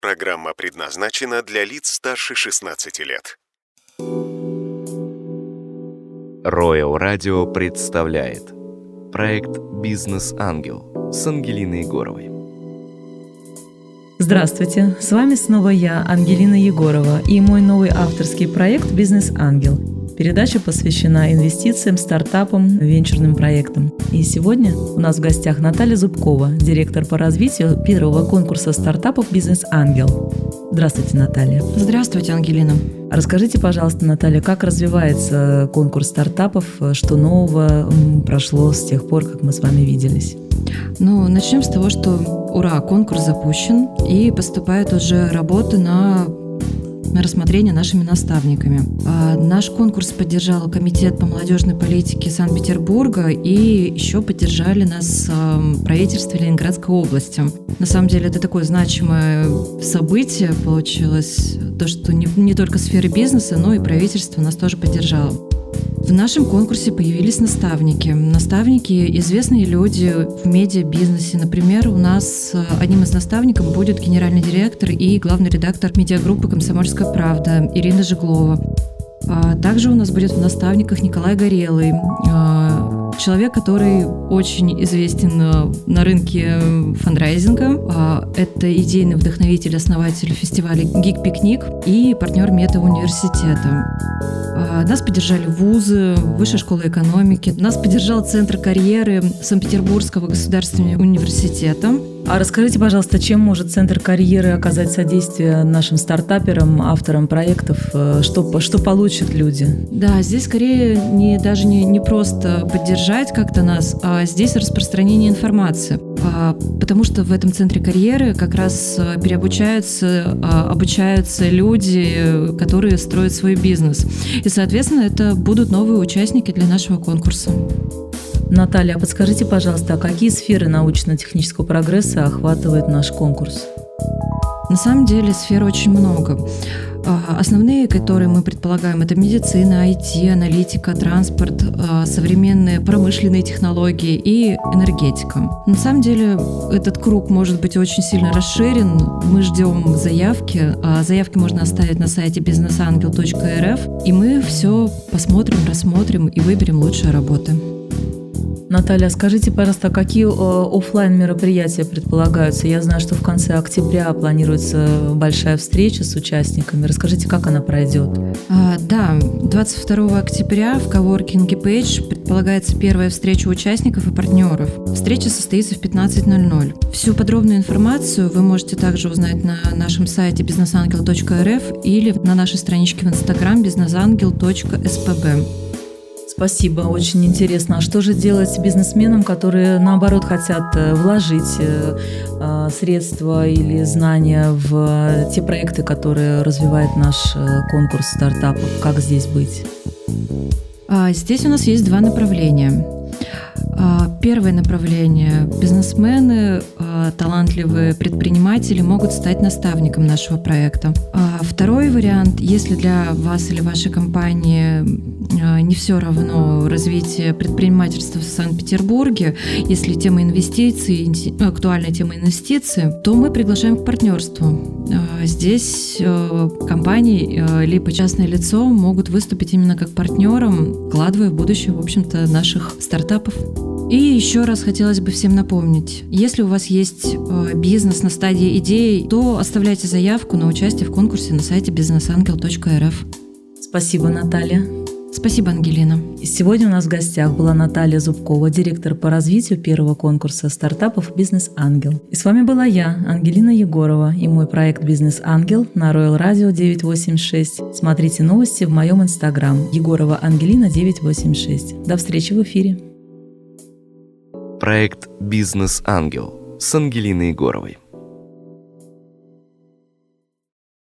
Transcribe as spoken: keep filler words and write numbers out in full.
Программа предназначена для лиц старше шестнадцати лет. Royal Radio представляет проект «Бизнес-ангел» с Ангелиной Егоровой. Здравствуйте, с вами снова я, Ангелина Егорова, и мой новый авторский проект «Бизнес-ангел». Передача посвящена инвестициям, стартапам, венчурным проектам. И сегодня у нас в гостях Наталья Зубкова, директор по развитию первого конкурса стартапов «Бизнес-ангел». Здравствуйте, Наталья. Здравствуйте, Ангелина. Расскажите, пожалуйста, Наталья, как развивается конкурс стартапов, что нового прошло с тех пор, как мы с вами виделись? Ну, начнем с того, что ура, конкурс запущен, и поступают уже работы на на рассмотрение нашими наставниками. А наш конкурс поддержал Комитет по молодежной политике Санкт-Петербурга, и еще поддержали нас правительство Ленинградской области. На самом деле это такое значимое событие получилось, то, что не, не только сфера бизнеса, но и правительство нас тоже поддержало. В нашем конкурсе появились наставники. Наставники – известные люди в медиабизнесе. Например, у нас одним из наставников будет генеральный директор и главный редактор медиагруппы «Комсомольская правда» Ирина Жеглова. Также у нас будет в наставниках Николай Горелый, человек, который очень известен на рынке фандрайзинга. Это идейный вдохновитель, основатель фестиваля «Гик-пикник» и партнер Мета-университета. Нас поддержали вузы, Высшая школа экономики. Нас поддержал Центр карьеры Санкт-Петербургского государственного университета. А расскажите, пожалуйста, чем может Центр карьеры оказать содействие нашим стартаперам, авторам проектов? Что, что получат люди? Да, здесь скорее не, даже не, не просто поддержать как-то нас, а здесь распространение информации. А, потому что в этом Центре карьеры как раз переобучаются, а, обучаются люди, которые строят свой бизнес. И, соответственно, это будут новые участники для нашего конкурса. Наталья, а подскажите, пожалуйста, а какие сферы научно-технического прогресса охватывает наш конкурс? На самом деле сфер очень много. Основные, которые мы предполагаем, это медицина, ай ти, аналитика, транспорт, современные промышленные технологии и энергетика. На самом деле этот круг может быть очень сильно расширен. Мы ждем заявки. Заявки можно оставить на сайте бизнес ангел точка эр эф, и мы все посмотрим, рассмотрим и выберем лучшие работы. Наталья, скажите, пожалуйста, какие офлайн мероприятия предполагаются? Я знаю, что в конце октября планируется большая встреча с участниками. Расскажите, как она пройдет? А, да, двадцать второго октября в коворкинге Page предполагается первая встреча участников и партнеров. Встреча состоится в пятнадцать ноль ноль. Всю подробную информацию вы можете также узнать на нашем сайте бизнес ангел точка эр эф или на нашей страничке в Инстаграм бизнес ангел точка эс пэ бэ. Спасибо, очень интересно. А что же делать бизнесменам, которые, наоборот, хотят вложить э, средства или знания в те проекты, которые развивает наш конкурс стартапов? Как здесь быть? Здесь у нас есть два направления. Первое направление – бизнесмены, талантливые предприниматели могут стать наставником нашего проекта. Второй вариант – если для вас или вашей компании не все равно развитие предпринимательства в Санкт-Петербурге, если тема инвестиций, актуальная тема инвестиций, то мы приглашаем к партнерству. Здесь компании либо частное лицо могут выступить именно как партнером, вкладывая в будущее, в общем-то, наших стартапов. И еще раз хотелось бы всем напомнить, если у вас есть бизнес на стадии идеи, то оставляйте заявку на участие в конкурсе на сайте бизнес ангел точка эр эф. Спасибо, Наталья. Спасибо, Ангелина. Сегодня у нас в гостях была Наталья Зубкова, директор по развитию первого конкурса стартапов «Бизнес-ангел». И с вами была я, Ангелина Егорова, и мой проект «Бизнес-ангел» на Royal Radio девятьсот восемьдесят шесть. Смотрите новости в моем инстаграм Егорова Ангелина девятьсот восемьдесят шесть. До встречи в эфире. Проект «Бизнес-ангел» с Ангелиной Егоровой.